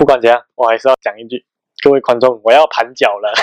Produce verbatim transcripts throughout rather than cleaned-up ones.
不管怎样，我还是要讲一句，各位观众，我要盘脚了。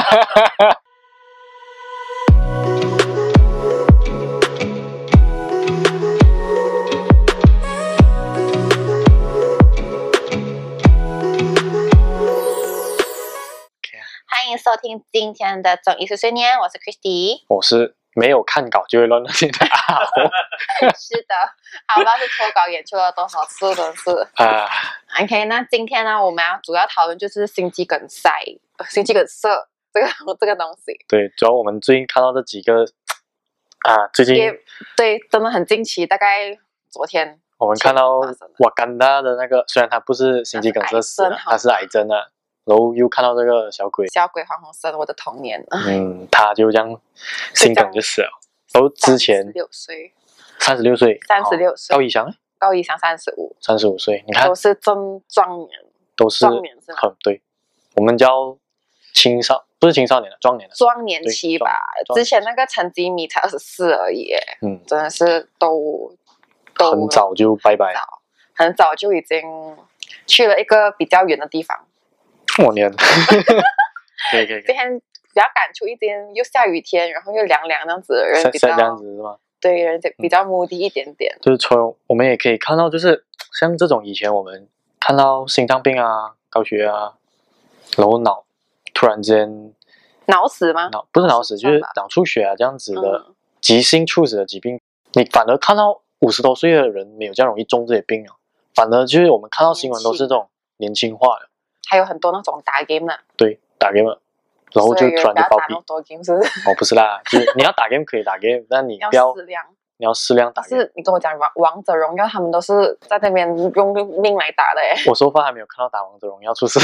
欢迎收听今天的综艺碎碎念，我是 Christy， 我是没有看稿就会乱乱念的阿火。 是的，好吧，是脱稿演出了多少次的是啊。OK， 那今天呢，我们要主要讨论就是心肌梗塞、呃、心肌梗塞这个这个东西。 对，主要我们最近看到这几个啊，最近对，真的很近期，大概昨天我们看到瓦干达的那个，虽然他不是心肌梗塞死了，他是癌症啊。然后又看到这个小鬼， 小鬼黄鸿升，我的童年。 嗯，他就这样心梗就死了。然后之前三十六岁， 三十六岁， 三十六岁。 高以翔， 高以翔三十五， 三十五岁。你看， 都是正壮年， 都是壮年是吗？ 很对，我们叫青少，不是青少年了，壮年了。 壮年期吧。之前那个陈吉米才二十四而已，嗯，真的是都都很早就拜拜， 很早就已经去了一个比较远的地方。 我年，可以可以。 今天比较赶出一天，又下雨天，然后又凉凉，这样子的人比较这样子是吗？ 对，人比较目的一点点。 嗯、就是从我们也可以看到，就是像这种以前我们看到心脏病啊、高血压啊，然后脑突然间脑死吗？ 脑不是脑死，就是脑出血啊这样子的急性猝死的疾病，嗯、你反而看到五十多岁的人没有这样容易中这些病啊，反而就是我们看到新闻都是这种年轻化的。 还有很多那种打 game 的， 对，打 game 的，然后就突然就暴毙。 多 game 是不是？ 哦，不是啦，就是你要打 game 可以打 game， 但你不要适量， 你要适量打 game。 是你跟我讲王王者荣耀，他们都是在那边用命来打的哎。 我说话还没有看到打王者荣耀出事。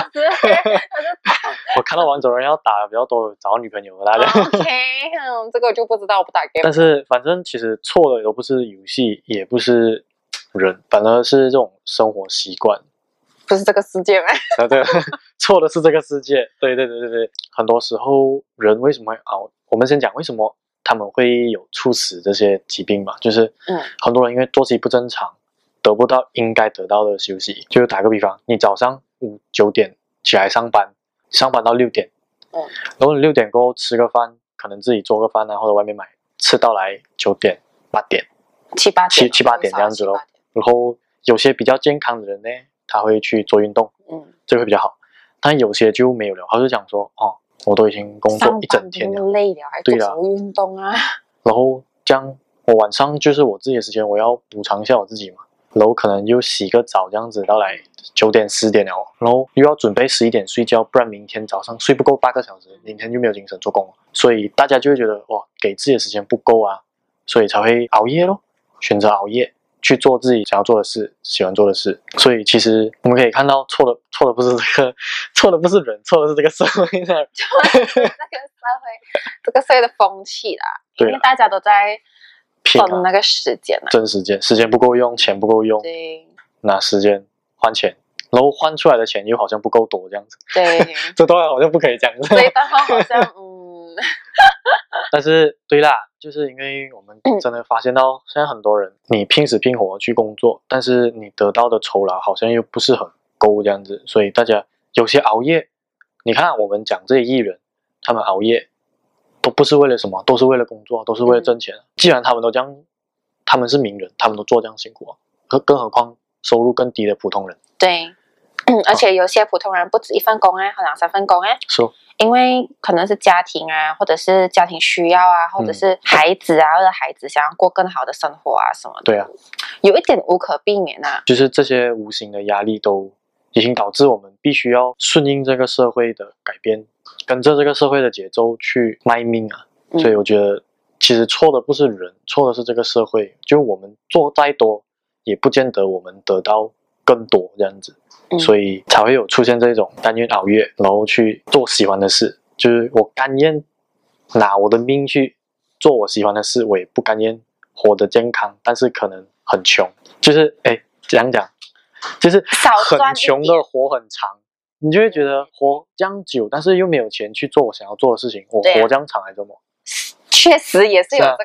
我看到王者荣耀打的比较多，找到女朋友了。 OK， 嗯，这个我就不知道，我不打 game。 但是反正其实错的都不是游戏，也不是人，反而是这种生活习惯。 不是这个世界吗？ 啊，对，错的是这个世界。对对对对对，很多时候人为什么会熬？我们先讲为什么他们会有猝死这些疾病嘛，就是嗯，很多人因为作息不正常，得不到应该得到的休息。就是打个比方，你早上五九点起来上班，上班到六点，嗯，然后你六点过后吃个饭，可能自己做个饭啊，或者外面买，吃到来九点八点七八点七七八点这样子咯。然后有些比较健康的人呢，他会去做运动，嗯，这个会比较好。但有些就没有了，他就讲说，哦，我都已经工作一整天了， 累了，还做什么运动啊？ 然后这样，我晚上就是我自己的时间，我要补偿一下我自己嘛。然后可能又洗个澡，这样子到来九点十点了，然后又要准备十一点睡觉，不然明天早上睡不够八个小时，明天就没有精神做工了。所以大家就会觉得，哇，给自己的时间不够啊，所以才会熬夜咯，选择熬夜。去做自己想要做的事，喜欢做的事。所以其实我们可以看到，错的错的不是这个，错的不是人，错的是这个社会的。 错的是这个社会，这个社会的风气啦。因为大家都在争那个时间啊， 争时间，时间不够用，钱不够用， 对， 拿时间换钱，然后换出来的钱又好像不够多，这样子。 对， 这段话好像不可以讲。 这一段话好像嗯。 但是对啦，就是因为我们真的发现到，现在很多人你拼死拼活去工作，但是你得到的酬劳好像又不是很够这样子，所以大家有些熬夜。你看我们讲这些艺人，他们熬夜都不是为了什么，都是为了工作，都是为了挣钱。嗯、既然他们都这样，他们是名人，他们都做这样辛苦啊，更何况收入更低的普通人。 对，嗯，而且有些普通人不止一份工啊，或两三份工啊。 是哦。 因为可能是家庭啊，或者是家庭需要啊，或者是孩子啊，嗯、或者孩子想要过更好的生活啊什么的。 对啊， 有一点无可避免啊。 就是这些无形的压力都已经导致我们必须要顺应这个社会的改变，跟着这个社会的节奏去卖命啊。嗯、所以我觉得，其实错的不是人，错的是这个社会。就我们做再多，也不见得我们得到更多这样子。嗯、所以才会有出现这种甘愿熬夜，然后去做喜欢的事。就是我甘愿拿我的命去做我喜欢的事，我也不甘愿活得健康，但是可能很穷。就是哎，这样讲，就是很穷的活很长，你就会觉得活这样久，但是又没有钱去做我想要做的事情，我活这样长来做么？ 确实也是有这个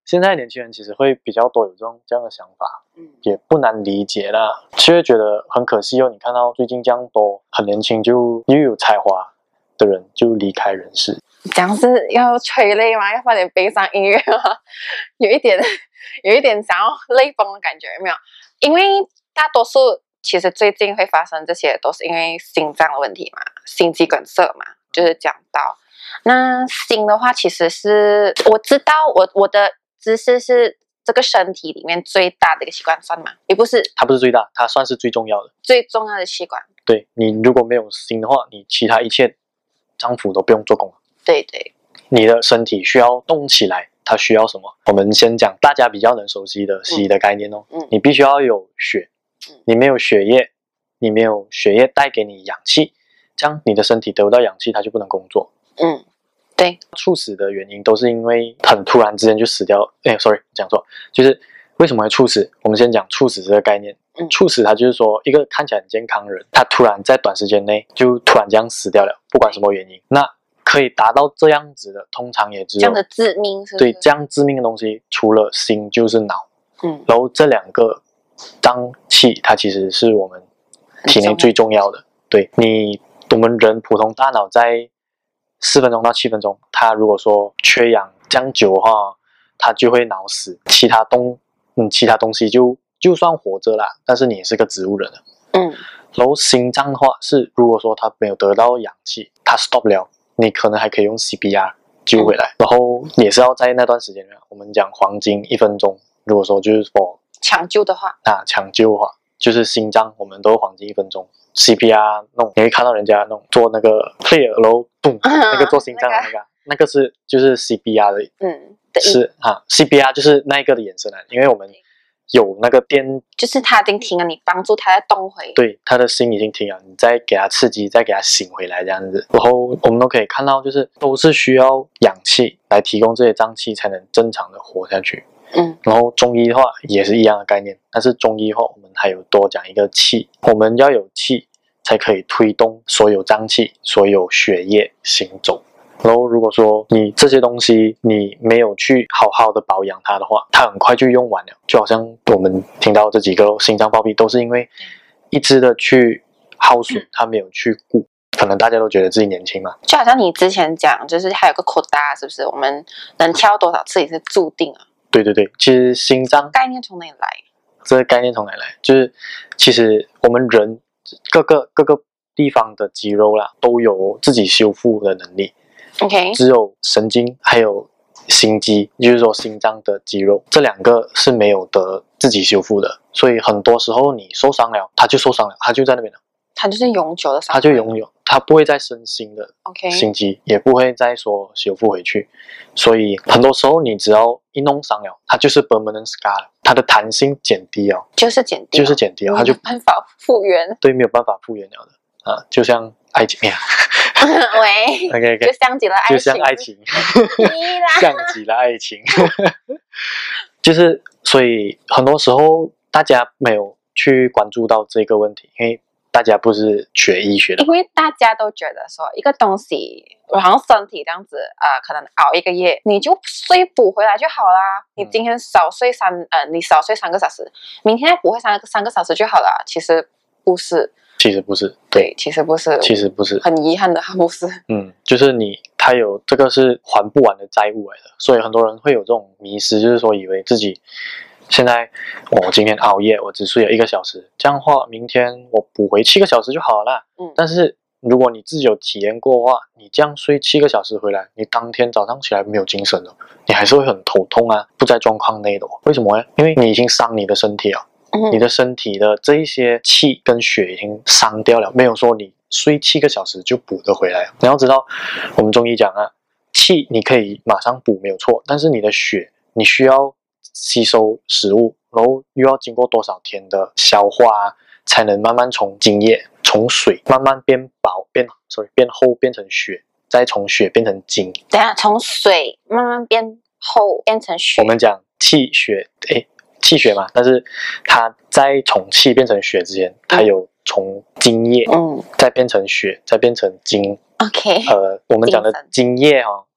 现在年轻人其实会比较多有这种这样的想法， 嗯， 也不难理解啦。就会觉得很可惜哦，你看到最近这样多很年轻就又有才华的人就离开人世。 这样是要催泪吗？要放点悲伤音乐吗？有一点，有一点想要泪崩的感觉，有没有？因为大多数其实最近会发生这些，都是因为心脏的问题嘛，心肌梗塞嘛，就是讲到。那心的话，其实是我知道我我的知识是这个身体里面最大的一个器官，算吗？也不是， 它不是最大，它算是最重要的， 最重要的器官。 对，你如果没有心的话，你其他一切脏腑都不用做工了。 对对， 你的身体需要动起来，它需要什么？我们先讲大家比较能熟悉的西医的概念哦。嗯，你必须要有血，你没有血液，你没有血液带给你氧气，这样你的身体得不到氧气，它就不能工作。 嗯，对， 猝死的原因都是因为很突然之间就死掉。哎 ，sorry， 讲错，就是为什么会猝死？我们先讲猝死这个概念。嗯，猝死它就是说一个看起来很健康的人，他突然在短时间内就突然这样死掉了，不管什么原因。那可以达到这样子的，通常也只有这样的致命是不是？ 对，这样致命的东西，除了心就是脑。嗯，然后这两个脏器，它其实是我们体内最重要的。对你，我们人普通大脑在四分钟到七分钟，它如果说缺氧这样久的话，它就会脑死。其他东，嗯，其他东西就就算活着啦，但是你也是个植物人了。嗯，然后心脏的话是，如果说它没有得到氧气，它 stop 了，你可能还可以用 C P R 救回来。嗯，然后也是要在那段时间，我们讲黄金一分钟。如果说就是说抢救的话， 啊，抢救的话，就是心脏我们都是黄金一分钟。C P R 那种，你会看到人家那种做那个 player 然后咚，那个做心脏的那个，那个、那个是就是 C P R 的，嗯，是啊 ，C P R 就是那一个的衍生啊，因为我们有那个电， 就是它已经停了，你帮助它再动回， 对，他的心已经停了，你再给他刺激，再给他醒回来这样子。然后我们都可以看到，就是都是需要氧气来提供这些脏器才能正常的活下去。嗯，然后中医的话也是一样的概念，但是中医的话我们还有多讲一个气，我们要有气才可以推动所有脏器、所有血液行走。然后如果说你这些东西你没有去好好的保养它的话，它很快就用完了。就好像我们听到这几个心脏暴毙都是因为一直的去耗损，它没有去顾。可能大家都觉得自己年轻嘛， 就好像你之前讲，就是还有个quota，是不是？我们能跳多少次也是注定啊。 对对对，其实心脏概念从哪里来？ 这个概念从哪里来？就是其实我们人各个各个地方的肌肉啦，都有自己修复的能力。 OK， 只有神经还有心肌，就是说心脏的肌肉，这两个是没有得自己修复的。所以很多时候你受伤了，它就受伤了，它就在那边了。 它就是永久的伤， 它就永久，它不会再生新的心肌， okay. 也不会再说修复回去。所以很多时候你只要一弄伤了，它就是 permanent scar 了，它的弹性减低了， 就是减低， 就是减低了，它就没有办法复原。 对，没有办法复原了的啊，就像爱情呀。 喂 ，OK OK， 就像极了爱情， 就像爱情，像极了爱情，就是所以很多时候大家没有去关注到这个问题，因为大家不是学医学的， 因为大家都觉得说一个东西，好像身体这样子，呃，可能熬一个夜，你就睡补回来就好啦。嗯、你今天少睡三，呃，你少睡三个小时，明天补回三个三个小时就好了。其实不是。 其实不是， 对，其实不是， 其实不是， 很遗憾的，不是。 嗯，就是你，他有这个是还不完的债务来的，所以很多人会有这种迷失，就是说以为自己现在我、哦、今天熬夜，我只睡了一个小时，这样的话明天我补回七个小时就好了。嗯，但是如果你自己有体验过的话，你这样睡七个小时回来，你当天早上起来没有精神了，你还是会很头痛啊，不在状况内的。为什么呢？因为你已经伤你的身体了。你的身体的这一些气跟血已经伤掉了，没有说你睡七个小时就补得回来。你要知道，我们中医讲啊，气你可以马上补没有错，但是你的血你需要吸收食物，然后又要经过多少天的消化啊，才能慢慢从精液从水慢慢变薄变 sorry 变厚变成血，再从血变成精。 等下从水慢慢变厚变成血。 我们讲气血诶。气血嘛，但是它在从气变成血之前，它有从精液，嗯，再变成血，再变成精。 OK， 呃，我们讲的精液哈、哦，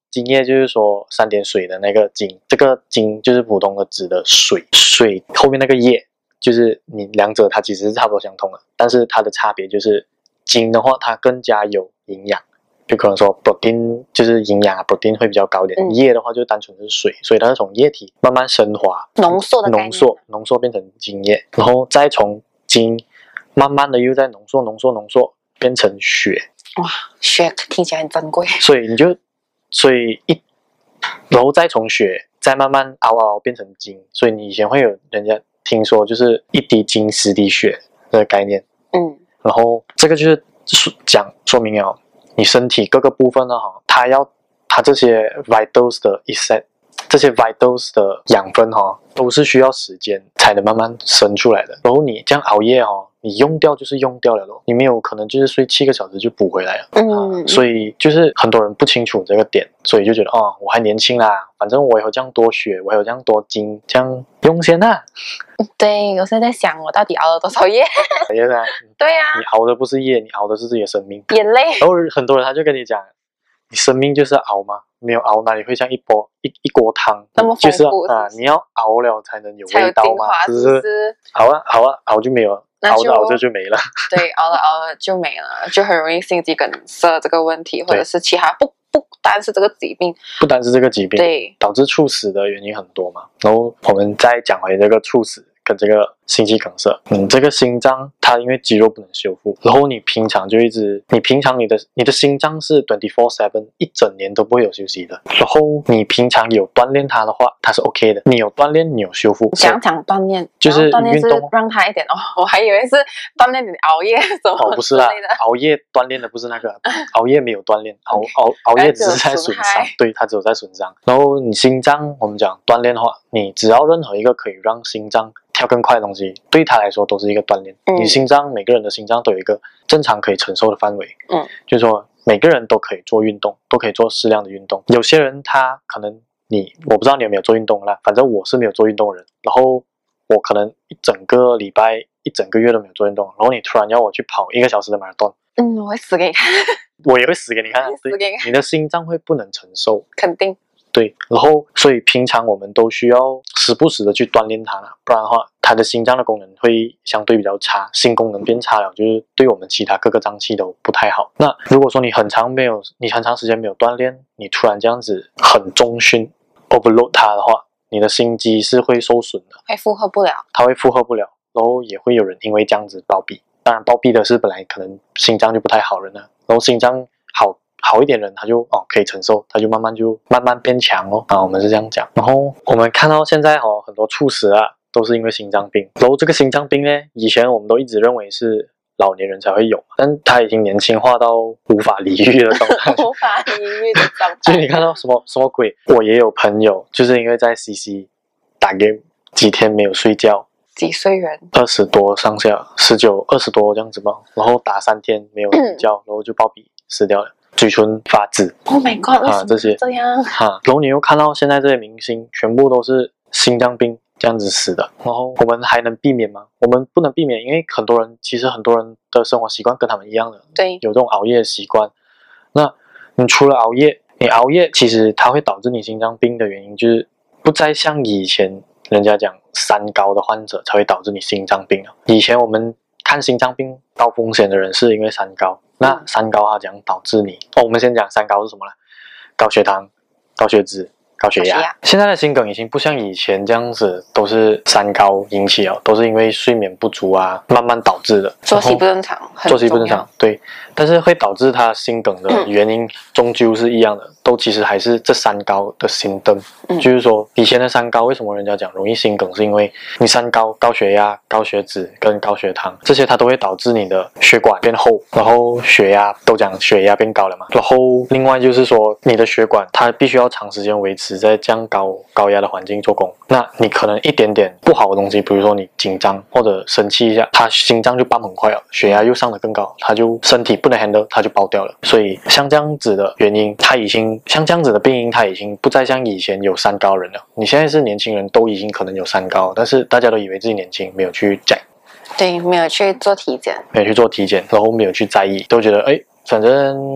津液就是说三点水的那个津，这个津就是普通的指的水，水后面那个液就是你两者它其实是差不多相同的，但是它的差别就是津的话它更加有营养，就可能说 protein 就是营养啊 protein 会比较高一点，嗯、液的话就单纯是水，所以它是从液体慢慢升华浓缩的浓缩浓缩变成津液，然后再从津慢慢的又在浓缩浓缩浓缩变成血。 哇，血听起来很珍贵， 所以你就所以一然后再从血再慢慢熬熬变成精，所以你以前会有人家听说就是一滴精十滴血的概念， 嗯， 然后这个就是讲说明了你身体各个部分呢哈，它要它这些 vitals 的 effect， 这些 vitals 的养分哈都是需要时间才能慢慢生出来的，然后你这样熬夜哈。你用掉就是用掉了咯，你没有可能就是睡七个小时就补回来了， 嗯、 啊，所以就是很多人不清楚这个点，所以就觉得哦，我还年轻啦，反正我有这样多血，我有这样多精，这样用先啊。 对，我现在在想我到底熬了多少夜？ 夜啊， 对呀、啊， 你熬的不是夜，你熬的是自己的生命， 眼泪。 然后很多人他就跟你讲，你生命就是要熬吗？没有熬哪里会像一锅一一锅汤那么丰富？ 就是啊，你要熬了才能有味道嘛， 是不是？熬啊熬啊熬就没有了。熬着熬着就没了， 对，熬着熬着就没了，就很容易心肌梗塞这个问题，或者是其他不不单是这个疾病， 不单是这个疾病， 对， 导致猝死的原因很多嘛。然后我们再讲回这个猝死跟这个心肌梗塞，嗯，这个心脏它因为肌肉不能修复，然后你平常就一直，你平常你的你的心脏是 二十四小时 一整年都不会有休息的，然后你平常有锻炼它的话，它是 OK 的，你有锻炼，你有修复。 讲讲锻炼， 就是锻炼是运动让它一点哦，我还以为是锻炼你熬夜什么哦，不是啦，熬夜锻炼的不是那个，熬夜没有锻炼，熬熬熬夜只是在损伤，对，它只有在损伤。然后你心脏，我们讲锻炼的话，你只要任何一个可以让心脏跳更快的东西，对他来说都是一个锻炼。嗯、你心脏每个人的心脏都有一个正常可以承受的范围， 嗯， 就是说每个人都可以做运动，都可以做适量的运动。有些人他可能你我不知道你有没有做运动啦，反正我是没有做运动的人。然后我可能一整个礼拜、一整个月都没有做运动，然后你突然要我去跑一个小时的马拉松， 嗯，我会死给你看， 我也会死给你看， 死给你看， 你的心脏会不能承受， 肯定。 对，然后所以平常我们都需要时不时的去锻炼它，不然的话，它的心脏的功能会相对比较差，心功能变差了，就是对我们其他各个脏器都不太好。那如果说你很长没有，你很长时间没有锻炼，你突然这样子很重训 overload 它的话，你的心肌是会受损的， 会负荷不了， 它会负荷不了，然后也会有人因为这样子暴毙。当然暴毙的是本来可能心脏就不太好人了，然后心脏好。好一点人他就哦可以承受，他就慢慢就慢慢变强哦啊，我们是这样讲。然后我们看到现在哦很多猝死啊都是因为心脏病，然后这个心脏病呢，以前我们都一直认为是老年人才会有，但他已经年轻化到无法理喻的状态， 无法理喻的状态。 就是你看到什么什么鬼？我也有朋友就是因为在 C C 打 game 几天没有睡觉。 几岁人？ 二十多上下，十九、二十多这样子吧。然后打三天没有睡觉，然后就暴毙死掉了，嘴唇发紫。 Oh my god！ 为什么这些这样？ 哈，然后你又看到现在这些明星全部都是心脏病这样子死的，然后我们还能避免吗？我们不能避免，因为很多人其实很多人的生活习惯跟他们一样的， 对， 有这种熬夜的习惯。那你除了熬夜，你熬夜其实它会导致你心脏病的原因就是不再像以前。人家讲三高的患者才会导致你心脏病啊。以前我们看心脏病高风险的人是因为三高，那三高它讲导致你哦，我们先讲三高是什么呢？高血糖、高血脂、高血压。现在的心梗已经不像以前这样子都是三高引起哦，都是因为睡眠不足啊慢慢导致的。 作息不正常， 作息不正常，对，但是会导致他心梗的原因终究是一样的。嗯都其实还是这三高的心灯、嗯，就是说以前的三高为什么人家讲容易心梗，是因为你三高、高血压、高血脂跟高血糖这些，它都会导致你的血管变厚，然后血压都讲血压变高了嘛。然后另外就是说你的血管它必须要长时间维持在这样高高压的环境做工，那你可能一点点不好的东西，比如说你紧张或者生气一下，它心脏就泵很快了，血压又上得更高，它就身体不能 handle， 它就爆掉了。所以像这样子的原因，它已经。像这样子的病因，它已经不再像以前有三高人了。你现在是年轻人，都已经可能有三高，但是大家都以为自己年轻，没有去讲， 对，没有去做体检， 没有去做体检，然后没有去在意，都觉得哎，反正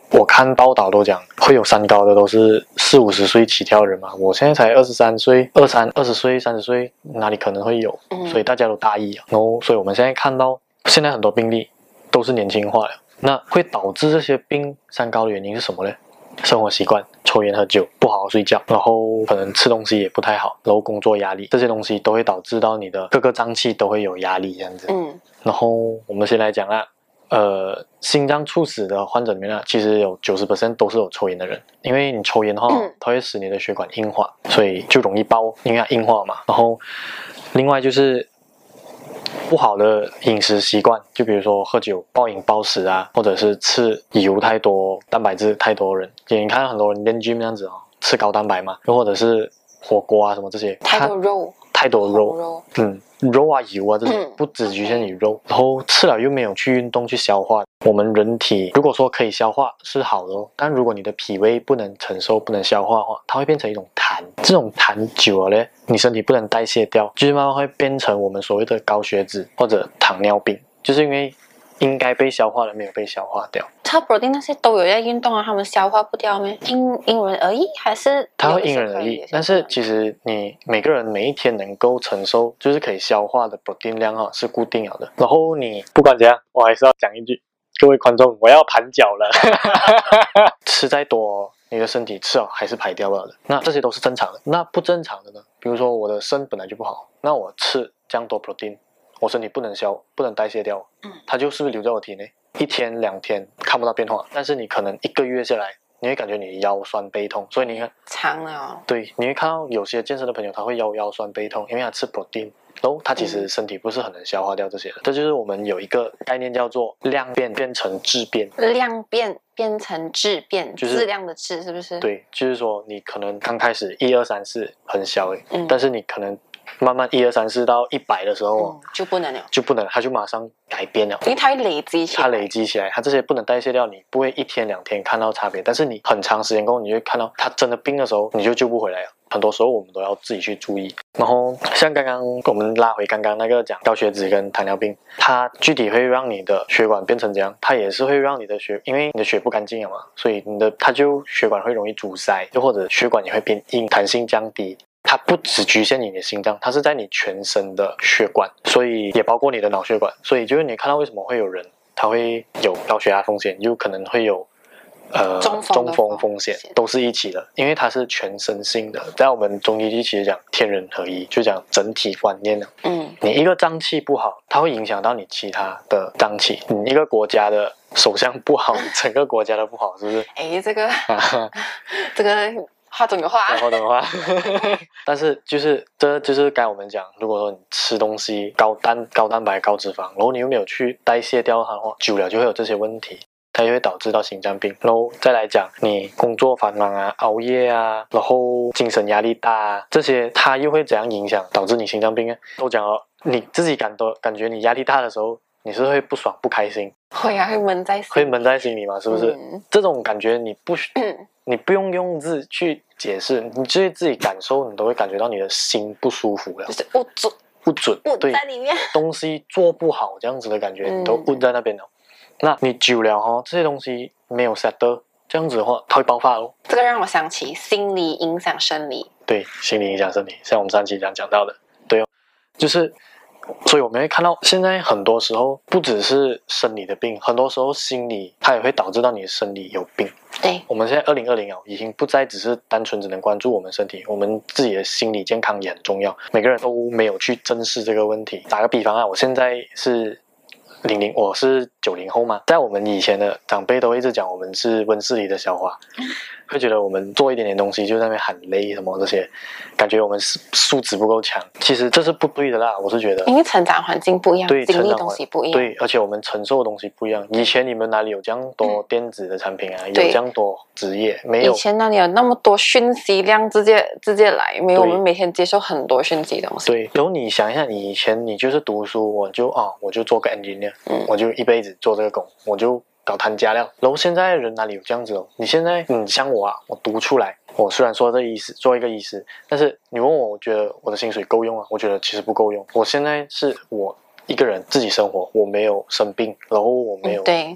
我看报道都讲会有三高的都是四五十岁起跳的人嘛，我现在才二十三岁，二三二十岁三十岁哪里可能会有？所以大家都大意啊。然后所以我们现在看到现在很多病例都是年轻化了，那会导致这些病三高的原因是什么呢？生活习惯，抽烟喝酒，不好好睡觉，然后可能吃东西也不太好，然后工作压力，这些东西都会导致到你的各个脏器都会有压力这样子。 嗯， 然后我们先来讲啦，呃，心脏猝死的患者里面呢，其实有 百分之九十 都是有抽烟的人，因为你抽烟的话， 嗯、 它会使你的血管硬化，所以就容易爆，因为它硬化嘛。然后另外就是不好的饮食习惯，就比如说喝酒暴饮暴食啊，或者是吃油太多、蛋白质太多的人，你看很多人练 gym 这样子哦，吃高蛋白嘛，又或者是火锅啊什么这些， 太多肉， 太多肉， 肉嗯，肉啊油啊这些， 嗯、 不只局限于肉，然后吃了又没有去运动去消化。我们人体如果说可以消化是好的哦，但如果你的脾胃不能承受、不能消化的话，它会变成一种痰。这种痰久了呢，你身体不能代谢掉，就是慢慢会变成我们所谓的高血脂或者糖尿病，就是因为应该被消化的没有被消化掉。 超 protein 那些都有在运动啊，他们消化不掉吗？因因人而异，还是它会因人而异。但是其实你每个人每一天能够承受，就是可以消化的 protein 量啊是固定了的。然后你不管怎样，我还是要讲一句，各位观众，我要盘脚了。吃再多，你的身体吃了还是排掉了的。那这些都是正常的。那不正常的呢？比如说我的肾本来就不好，那我吃这样多 protein， 我身体不能消，不能代谢掉，它就是不是留在我体内？一天两天看不到变化，但是你可能一个月下来，你会感觉你腰酸背痛，所以你看长了哦。 对，你会看到有些健身的朋友他会腰腰酸背痛，因为他吃 protein， 然后他其实身体不是很能消化掉这些的。嗯、这就是我们有一个概念叫做量变变成质变， 量变变成质变， 就是质量的质是不是？ 对，就是说你可能刚开始一二三四很小诶， 嗯、 但是你可能慢慢一二三四到一百的时候、 嗯、就不能了， 就不能，它就马上改变了， 因为它会累积起来， 它累积起来，它这些不能代谢掉，你不会一天两天看到差别，但是你很长时间过后，你会看到它真的病的时候，你就救不回来了。很多时候我们都要自己去注意。然后像刚刚我们拉回刚刚那个讲高血脂跟糖尿病，它具体会让你的血管变成怎样？它也是会让你的血，因为你的血不干净了嘛，所以你的它就血管会容易阻塞，又或者血管也会变硬，弹性降低。它不只局限你的心脏，它是在你全身的血管，所以也包括你的脑血管。所以就是你看到为什么会有人他会有高血压风险，有可能会有呃中风中风风险，都是一起的，因为它是全身性的。在我们中医其实讲天人合一，就讲整体观念。 嗯， 你一个脏器不好，它会影响到你其他的脏器。你一个国家的首相不好，整个国家都不好，是不是？ 哎，这个这个。话中有话， 话中有话。但是就是这就是该我们讲，如果说你吃东西高蛋高蛋白高脂肪，然后你又没有去代谢掉它的话，久了就会有这些问题，它就会导致到心脏病。然后再来讲，你工作繁忙啊，熬夜啊，然后精神压力大啊，这些它又会怎样影响导致你心脏病呢？都讲了，你自己感到感觉你压力大的时候，你是会不爽不开心， 会啊，会闷在心里， 会闷在心里嘛，是不是？ 嗯、 这种感觉你不。 嗯你不用用字去解释，你自己自己感受，你都会感觉到你的心不舒服了， 就是不准不准， 对，在里面东西做不好这样子的感觉，你都捂在那边了。嗯、那你久了哈，这些东西没有 set 的，这样子的话，它会爆发哦。 这个让我想起心理影响生理， 对，心理影响生理，像我们上期讲讲到的，对哦，就是。所以我们会看到，现在很多时候不只是生理的病，很多时候心理它也会导致到你的生理有病。 对， 我们现在二零二零啊，已经不再只是单纯只能关注我们身体，我们自己的心理健康也很重要。每个人都没有去正视这个问题。打个比方啊，我现在是零零，我是九零后嘛，在我们以前的长辈都一直讲我们是温室里的小花，会觉得我们做一点点东西就在那边喊累什么这些，感觉我们素质不够强。其实这是不对的啦，我是觉得， 因为成长环境不一样， 对， 经历东西不一样， 对，而且我们承受的东西不一样。以前你们哪里有这样多电子的产品啊？有这样多职业？没有。 以前哪里有那么多讯息量直接直接来？没有，我们每天接受很多讯息的东西。 对，然后你想一下，你以前你就是读书，我就啊、哦，我就做个 engineer，、嗯、我就一辈子做这个工，我就搞摊家料。然后现在人哪里有这样子哦？你现在嗯，像我啊，我读出来，我虽然说这医师做一个医师，但是你问我，我觉得我的薪水够用啊？我觉得其实不够用。我现在是我一个人自己生活，我没有生病，然后我没有、 嗯、对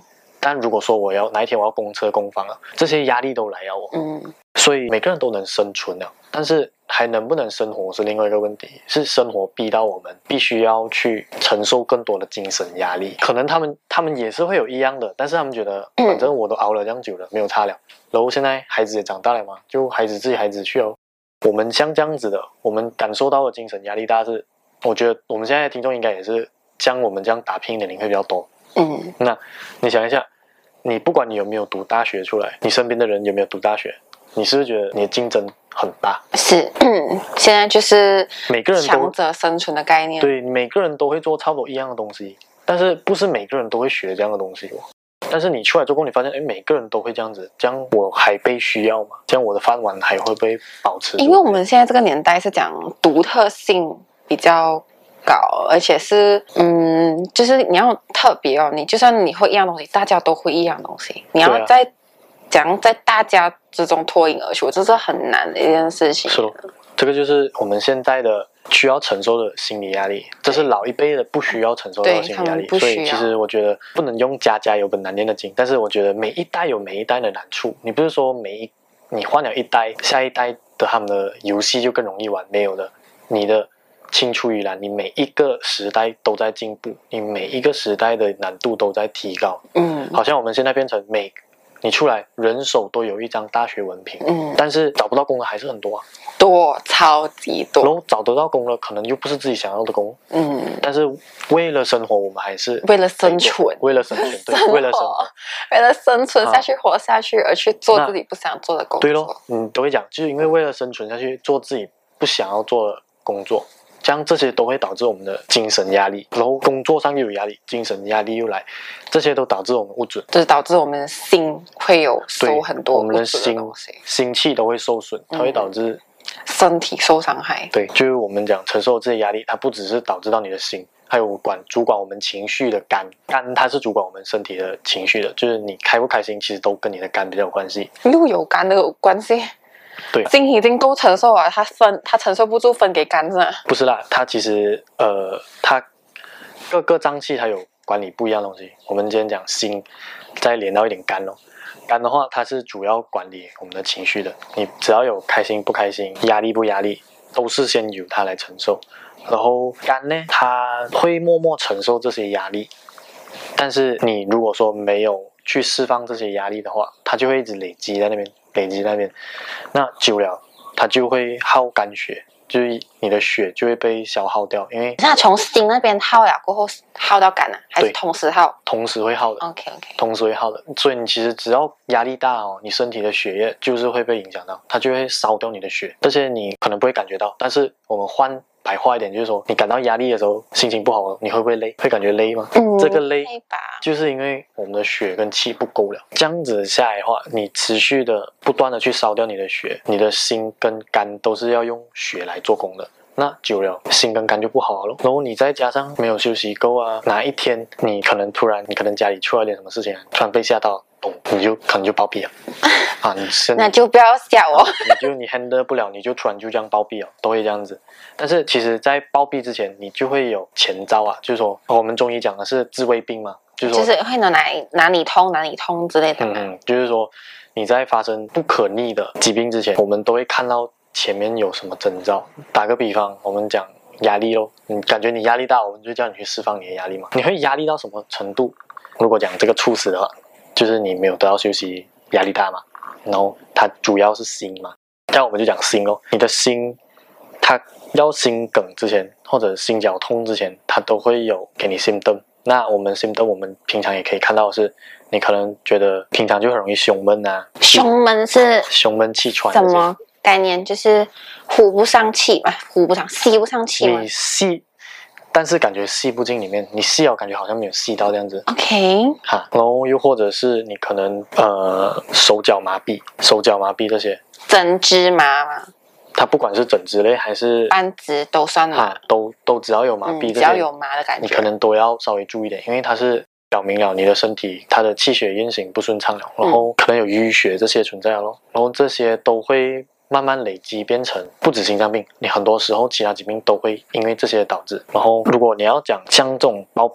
但如果说我要哪一天我要公车公房了，这些压力都来了我。 嗯， 所以每个人都能生存了，但是还能不能生活是另外一个问题，是生活逼到我们必须要去承受更多的精神压力。可能他们他们也是会有一样的，但是他们觉得反正我都熬了这样久了，没有差了。然后现在孩子也长大了嘛，就孩子自己孩子去哦。我们像这样子的，我们感受到的精神压力，大概是我觉得我们现在的听众应该也是像我们这样打拼的年龄会比较多。 嗯， 那你想一下，你不管你有没有读大学出来，你身边的人有没有读大学，你是不是觉得你的竞争很大？ 是，嗯，现在就是每个人都强者生存的概念。 对，每个人都会做差不多一样的东西，但是不是每个人都会学这样的东西哦。但是你出来做工，你发现，哎，每个人都会这样子，这样我还被需要吗？这样我的饭碗还会被保持住？ 因为我们现在这个年代是讲独特性比较高，而且是嗯，就是你要特别哦，你就算你会一样东西，大家都会一样东西，你要在怎样在大家之中脱颖而出，这是很难的一件事情。 是咯，这个就是我们现在的需要承受的心理压力，这是老一辈的不需要承受到的心理压力。所以其实我觉得不能用家家有本难念的经，但是我觉得每一代有每一代的难处。你不是说每一你换了一代，下一代的他们的游戏就更容易玩，没有的，你的青出于蓝，你每一个时代都在进步，你每一个时代的难度都在提高。 嗯， 好像我们现在变成每你出来人手都有一张大学文凭， 嗯， 但是找不到工的还是很多啊， 多，超级多。 然后找得到工了，可能又不是自己想要的工， 嗯， 但是为了生活，我们还是为了生存， 为了生存，对，为了生活， 为了生存下去、啊、活下去而去做自己不想做的工作。 对咯，嗯，都会讲，就是因为为了生存下去做自己不想要做的工作。这样这些都会导致我们的精神压力，然后工作上又有压力，精神压力又来，这些都导致我们不准， 就是导致我们的心会有受很多我们的心东西， 心气都会受损，它会导致、 嗯、身体受伤害。 对，就是我们讲承受这些压力，它不只是导致到你的心，还有管主管我们情绪的肝，肝它是主管我们身体的情绪的，就是你开不开心，其实都跟你的肝比较有关系， 又有肝的有关系。 对， 心已经够承受了，他分他承受不住，分给肝是吗？ 不是啦，它其实呃，它各个脏器它有管理不一样的东西。我们今天讲心，再连到一点肝哦。肝的话，它是主要管理我们的情绪的。你只要有开心不开心、压力不压力，都是先由它来承受。然后肝呢，它会默默承受这些压力，但是你如果说没有去释放这些压力的话，它就会一直累积在那边。累积那边，那久了它就会耗肝血，就是你的血就会被消耗掉，因为那从心那边耗了过后耗到肝啊，还是同时耗？ 同时会耗的。 OK OK， 同时会耗的。所以你其实只要压力大哦，你身体的血液就是会被影响到，它就会烧掉你的血，这些你可能不会感觉到，但是我们换白话一点，就是说你感到压力的时候，心情不好，你会不会累？会感觉累吗？ 嗯， 这个累吧， 就是因为我们的血跟气不够了。这样子下来的话，你持续的不断的去烧掉你的血，你的心跟肝都是要用血来做工的。那久了，心跟肝就不好了。然后你再加上没有休息够啊，哪一天你可能突然，你可能家里出了点什么事情，突然被吓到，咚，你就可能就暴毙了啊！你那就不要吓我， 啊、你就你 handle 不了，你就突然就这样暴毙了，都会这样子。但是其实，在暴毙之前，你就会有前兆啊，就是说我们中医讲的是治未病嘛，就是说就是会哪哪哪里痛哪里痛之类的。 嗯嗯，就是说你在发生不可逆的疾病之前，我们都会看到前面有什么征兆。打个比方，我们讲压力咯，你感觉你压力大，我们就叫你去释放你的压力嘛。你会压力到什么程度？如果讲这个猝死的话，就是你没有得到休息，压力大嘛。然后它主要是心嘛，这样我们就讲心咯。你的心，它要心梗之前或者心绞痛之前，它都会有给你 symptom。那我们 symptom 我们平常也可以看到的是，你可能觉得平常就很容易胸闷啊。 胸闷是胸闷气喘。 什么概念？就是呼不上气嘛，呼不上，吸不上气嘛。 你吸，但是感觉吸不进里面，你吸了感觉好像没有吸到这样子。 OK。 哈，然后又或者是你可能呃手脚麻痹，手脚麻痹这些。 针织麻嘛。 它不管是整织类还是半织都算麻、 啊，都都只要有麻痹、嗯， 只要有麻的感觉， 你可能都要稍微注意点，因为它是表明了你的身体它的气血运行不顺畅了，然后可能有淤血这些存在了咯，然后这些都会慢慢累积变成不止心脏病，你很多时候其他疾病都会因为这些导致。然后如果你要讲像这种暴毙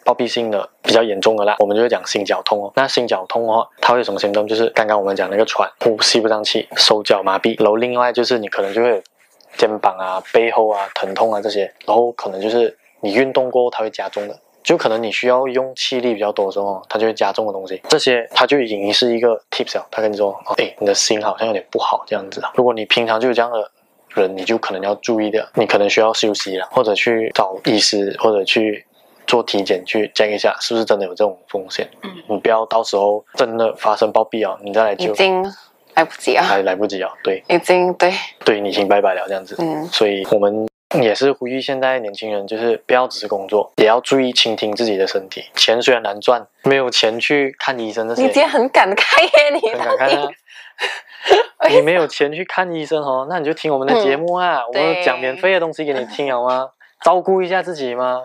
暴毙性的比较严重的啦，我们就会讲心绞痛哦。那心绞痛的话，它会有什么行动？就是刚刚我们讲那个喘，呼吸不上气，手脚麻痹，然后另外就是你可能就会有肩膀啊、背后啊疼痛啊这些，然后可能就是你运动过后它会加重的。就可能你需要用气力比较多的时候，它就会加重的东西。这些它就已经是一个 tips 了。他跟你说，哦，哎，你的心好像有点不好这样子。如果你平常就有这样的人，你就可能要注意的，你可能需要休息了，或者去找医师，或者去做体检去 check 一下，是不是真的有这种风险。嗯，你不要到时候真的发生暴毙啊，你再来救， 已经来不及了， 还来不及啊。对， 已经对对，你已经拜拜了这样子。嗯，所以我们也是呼吁现在年轻人，就是不要只是工作，也要注意倾听自己的身体。钱虽然难赚，没有钱去看医生这些， 你今天很感慨耶，你很感慨啊。你没有钱去看医生哦，那你就听我们的节目啊，嗯、我们讲免费的东西给你听好吗？照顾一下自己吗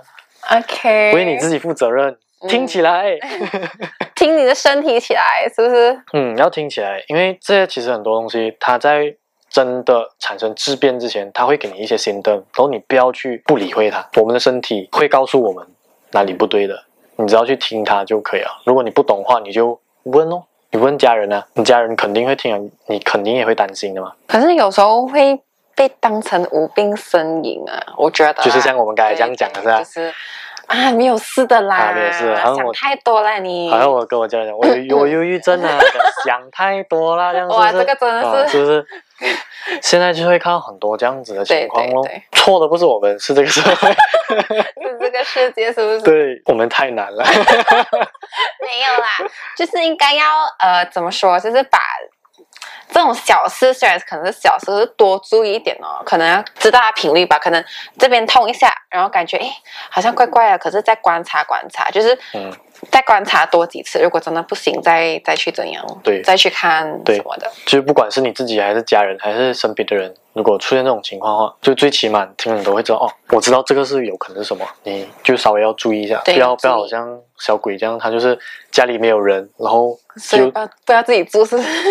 ？OK， 为你自己负责任，嗯、听起来， 听你的身体起来，是不是？ 嗯，要听起来，因为这些其实很多东西，它在真的产生质变之前，它会给你一些心灯，然后你不要去不理会它。我们的身体会告诉我们哪里不对的，你只要去听它就可以了。如果你不懂的话，你就问哦，你问家人啊，你家人肯定会听啊，你肯定也会担心的嘛。 可是有时候会被当成无病呻吟啊，我觉得就是像我们刚才这样讲的是吧？ 就是啊，没有事的啦， 啊、没有事，好像我想太多了你。 好像我跟我家人讲，我有忧郁症啊，想太多了，这样子。 哇，这个真的是， 啊、是不是？现在就会看到很多这样子的情况咯。 对对对， 错的不是我们，是这个社会， 是这个世界，是不是？ 对，我们太难了。 没有啦，就是应该要呃，怎么说？就是把这种小事，虽然可能是小事，是多注意一点哦。可能要知道它频率吧，可能这边痛一下，然后感觉哎好像怪怪的，可是再观察观察，就是嗯。再观察多几次，如果真的不行，再再去怎样？ 对， 再去看什么的。 就是不管是你自己还是家人，还是身边的人，如果出现这种情况的话，就最起码听人都会知道哦，我知道这个是有可能是什么，你就稍微要注意一下，不要不要好像小鬼这样，他就是家里没有人，然后就不要不要自己住，是不是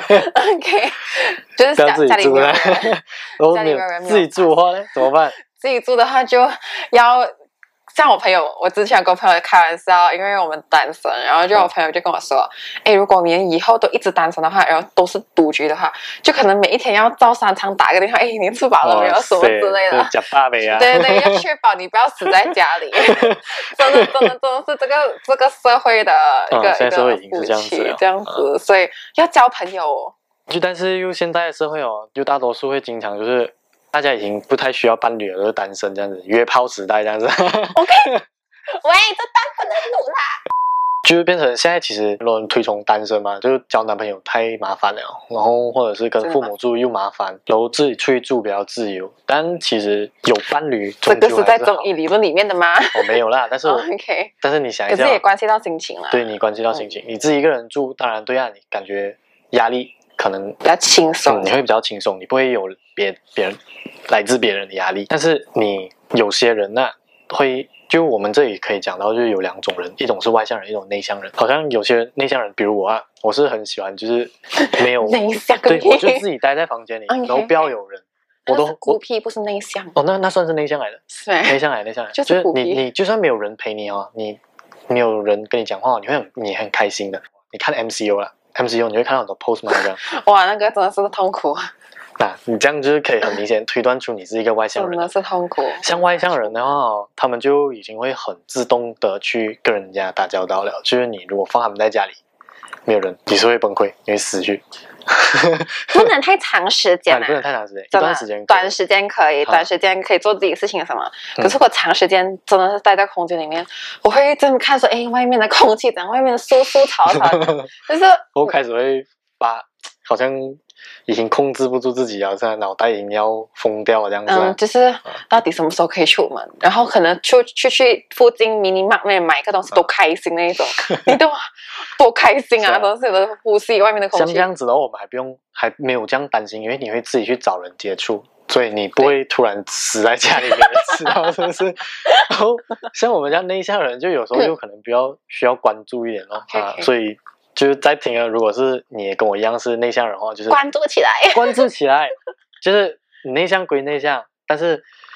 ？OK， 就是不要自己住了， 然后没有自己住的话呢，怎么办？ 自己住的话就要。像我朋友，我之前跟朋友开玩笑，因为我们单身，然后就我朋友就跟我说，哎、嗯，如果你以后都一直单身的话，然后都是独居的话，就可能每一天要照三餐打个电话，哎，你吃饱了没有什么之类的， 假爸呗啊， 对对，要确保你不要死在家里，真的真的真的是这个这个社会的一个、 嗯、一个武器， 这样子，嗯、所以要交朋友哦。 就但是又现在的社会哦，就大多数会经常就是。大家已经不太需要伴侣了，就是单身这样子，约炮时代这样子。OK， 喂，这单不能赌啦。 就是变成现在其实很多人推崇单身嘛，就是交男朋友太麻烦了，然后或者是跟父母住又麻烦，然后自己出去住比较自由。但其实有伴侣， 这个是在综艺理论里面的吗？ 哦，没有啦，但是我、 oh, OK， 但是你想一下， 可是也关系到心情了。 对你关系到心情，嗯、你自己一个人住，当然对啊，你感觉压力。可能比较轻松、 嗯，你会比较轻松，你不会有别别人来自别人的压力。但是你有些人呢、啊，会就我们这里可以讲到，就是有两种人，一种是外向人，一种内向人。好像有些内向人，比如我啊，我是很喜欢就是没有内向， 对，我就自己待在房间里， okay, 然后不要有人。我都孤僻，不是内向哦，那那算是内向来的， 是内向来，内向来， 就是你你就算没有人陪你哦，你没有人跟你讲话，你会很你很开心的。你看 M C O 啦。M C O 你会看到很多 post 吗？这样哇，那个真的是痛苦。 那你这样就是可以很明显推断出你是一个外向人， 真的是痛苦。 像外向人的话，他们就已经会很自动的去跟人家打交道了。就是你如果放他们在家里，没有人，你是会崩溃，你会死去。 不能太长时间啊， 不能太长时间，一段时间， 短时间可以，短时间可以做自己的事情什么。可是我长时间真的是待在空间里面，我会这么看说，哎，外面的空气怎样，外面的树树草草，就是我开始会把好像已经控制不住自己了，现在脑袋已经要疯掉了这样子。 嗯，就是到底什么时候可以出门？然后可能出去去附近 mini mart 那买个东西都开心那一种，你懂吗？多开心啊！都是的呼吸外面的空气。 像这样子的话，我们还不用，还没有这样担心，因为你会自己去找人接触，所以你不会突然死在家里面，知道是不是？然后像我们这样内向人，就有时候就可能比较需要关注一点咯、嗯、啊，所以。就是在听了，如果是你也跟我一样是内向人的话，就是关注起来， 关注起来，就是你内向归内向，但是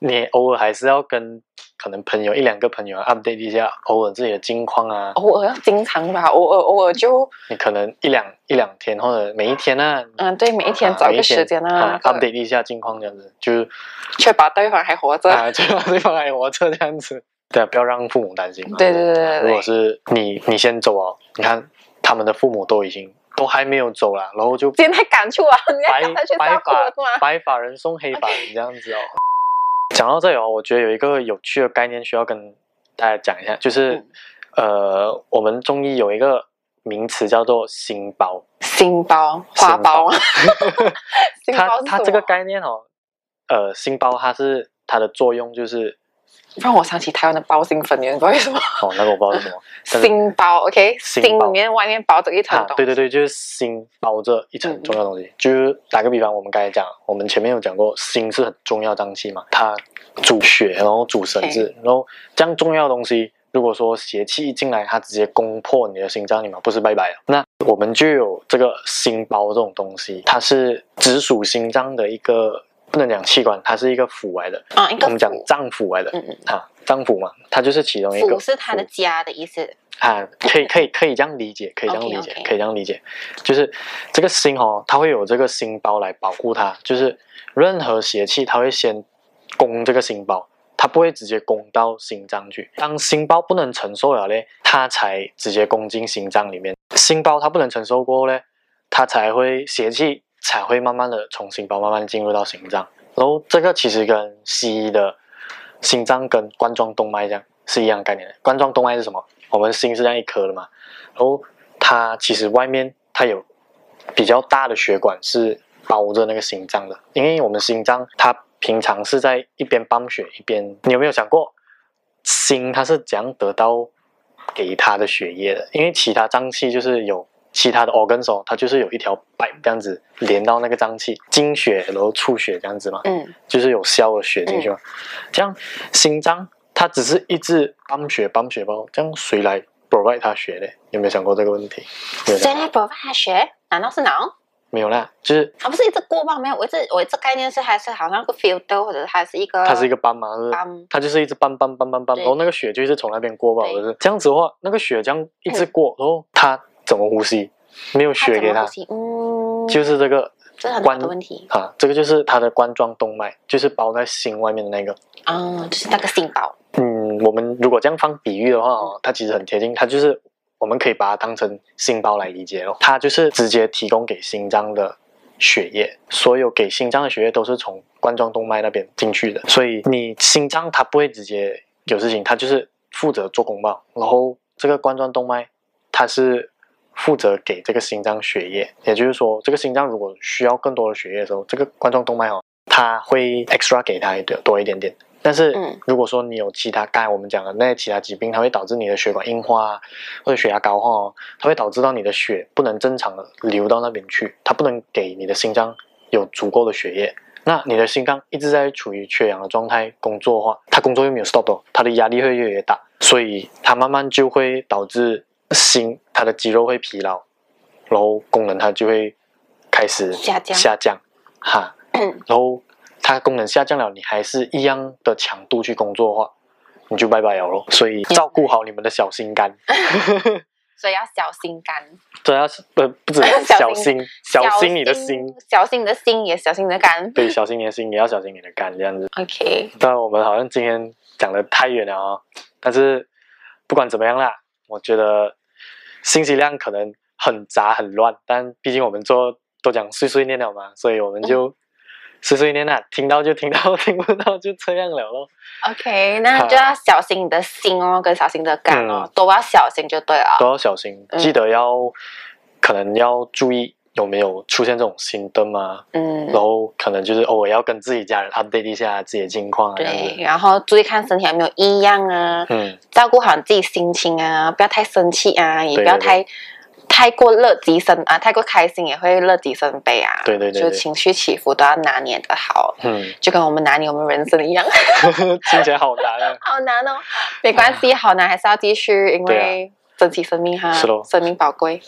你偶尔还是要跟可能朋友一两个朋友 update 一下偶尔自己的近况啊。 偶尔要经常吧，偶尔偶尔就你可能一两一两天或者每一天啊， 嗯，对，每一天找一个时间啊， 啊 update 一下近况这样子，就是确保对方还活着啊，确保对方还活着这样子。对啊，不要让父母担心嘛。 对对对对， 如果是你你先走哦，你看他们的父母都已经都还没有走啦，然后就现在赶出啊，你要白赶他去白照顾了是发吗？ 白发人送黑发人这样子哦。讲到这里哦，我觉得有一个有趣的概念需要跟大家讲一下，就是、嗯、呃，我们中医有一个名词叫做心包。 心包花包啊，心包它它这个是什么？ 概念哦，呃，心包它是它的作用就是让我想起台湾的包心粉圆，不知道为什么。 哦，那个我不知道是什么。 心包 ，OK， 心包心里面外面包着一层啊， 东西。 对对对，就是心包着一层重要的东西。嗯、就是打个比方，我们刚才讲，我们前面有讲过，心是很重要的脏器嘛，它主血，然后主神志，然后这样重要的东西，如果说邪气一进来，它直接攻破你的心脏里面，不是拜拜了。那我们就有这个心包这种东西，它是直属心脏的一个。不能讲器官，它是一个腑来的啊，一个我们讲脏腑来的， 嗯嗯啊，脏腑嘛，它就是其中一个。 腑是它的家的意思啊，可以可以可以这样理解，可以这样理解， okay, okay. 可以这样理解，就是这个心哦，它会有这个心包来保护它，就是任何邪气，它会先攻这个心包，它不会直接攻到心脏去。当心包不能承受了嘞，它才直接攻进心脏里面。心包它不能承受过后嘞，它才会邪气。才会慢慢的从心包慢慢进入到心脏，然后这个其实跟西医的心脏跟冠状动脉这样是一样概念的。冠状动脉是什么？我们心是这样一颗的嘛，然后它其实外面它有比较大的血管是包着那个心脏的，因为我们心脏它平常是在一边泵血一边，你有没有想过心它是怎样得到给它的血液的？因为其他脏器就是有。其他的 organs 哦，它就是有一条 pipe 这样子连到那个脏器，经血然后出血这样子嘛，嗯，就是有消的血进去嘛。嗯、这样心脏它只是一直泵血泵血包，这样谁来 provide 它血呢？有没有想过这个问题？ 谁来 provide 它血？难道是脑？ 没有啦，就是它不是一直过吗？没有，我一直我一直概念是还是好像个 filter 或者它是一个， 它是一个泵嘛， 泵， 它就是一直泵泵泵泵泵，然后那个血就一直从那边过吧，就是这样子的话，那个血这样一直过，嗯、然后它怎么呼吸？没有血给他， 嗯， 就是这个这很大的问题啊，这个就是它的冠状动脉，就是包在心外面的那个， 啊，就是那个心包。 嗯，我们如果这样放比喻的话哦，它其实很贴近，它就是我们可以把它当成心包来理解哦，它就是直接提供给心脏的血液，所有给心脏的血液都是从冠状动脉那边进去的，所以你心脏它不会直接有事情，它就是负责做公报，然后这个冠状动脉它是。负责给这个心脏血液，也就是说，这个心脏如果需要更多的血液的时候，这个冠状动脉哦，它会 extra 给它的多一点点。但是，如果说你有其他刚才我们讲的那些其他疾病，它会导致你的血管硬化或者血压高化哦，它会导致到你的血不能正常的流到那边去，它不能给你的心脏有足够的血液。那你的心脏一直在处于缺氧的状态工作的话，它工作又没有 stop 到，它的压力会越来越大，所以它慢慢就会导致。心它的肌肉会疲劳，然后功能它就会开始下降下降哈，然后它功能下降了，你还是一样的强度去工作的话，你就拜拜了咯。所以照顾好你们的小心肝， 所以要小心肝， 对，要呃不止小心，小心你的心， 小心你的心也小心你的肝， 对，小心你的心也要小心你的肝，这样子。 OK， 当然我们好像今天讲的太远了哦，但是不管怎么样啦。我觉得信息量可能很杂很乱，但毕竟我们做都讲碎碎念了嘛，所以我们就碎碎念啊，听到就听到，听不到就这样了咯。 OK， 那就要小心你的心哦，跟小心你的肝哦，嗯、都要小心就对了。 都要小心，记得要、嗯、可能要注意有没有出现这种心灯啊，嗯，然后可能就是偶尔要跟自己家人 update 一下自己的近况啊， 对，然后注意看身体有没有异样啊，嗯，照顾好你自己心情啊，不要太生气啊，也不要太对对对太过乐极生啊，太过开心也会乐极生悲啊， 对对 对, 对，就情绪起伏都要拿捏的好，嗯，就跟我们拿捏我们人生一样， 听起来好难啊， 好难哦，没关系，好难还是要继续，因为珍惜生命哈，是咯，生命宝贵。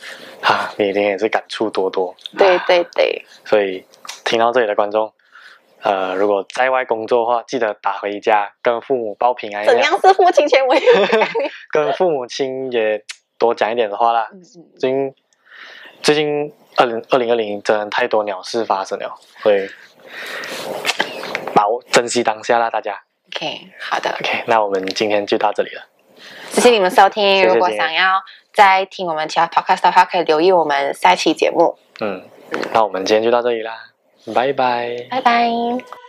啊， 你一定也是感触多多。 对对对， 所以听到这里的观众， 呃，如果在外工作的话，记得打回家跟父母报平安。 怎样是父亲节我也跟父母亲也多讲一点的话啦。嗯、最近最近二零二零二零真的太多鸟事发生了，所以把握珍惜当下啦，大家。 OK， 好的。 OK， 那我们今天就到这里了。 谢谢你们收听。 谢谢如果想要再听我们其他 podcast 的话，可以留意我们下期节目。 嗯，那我们今天就到这里啦，拜拜。 拜拜。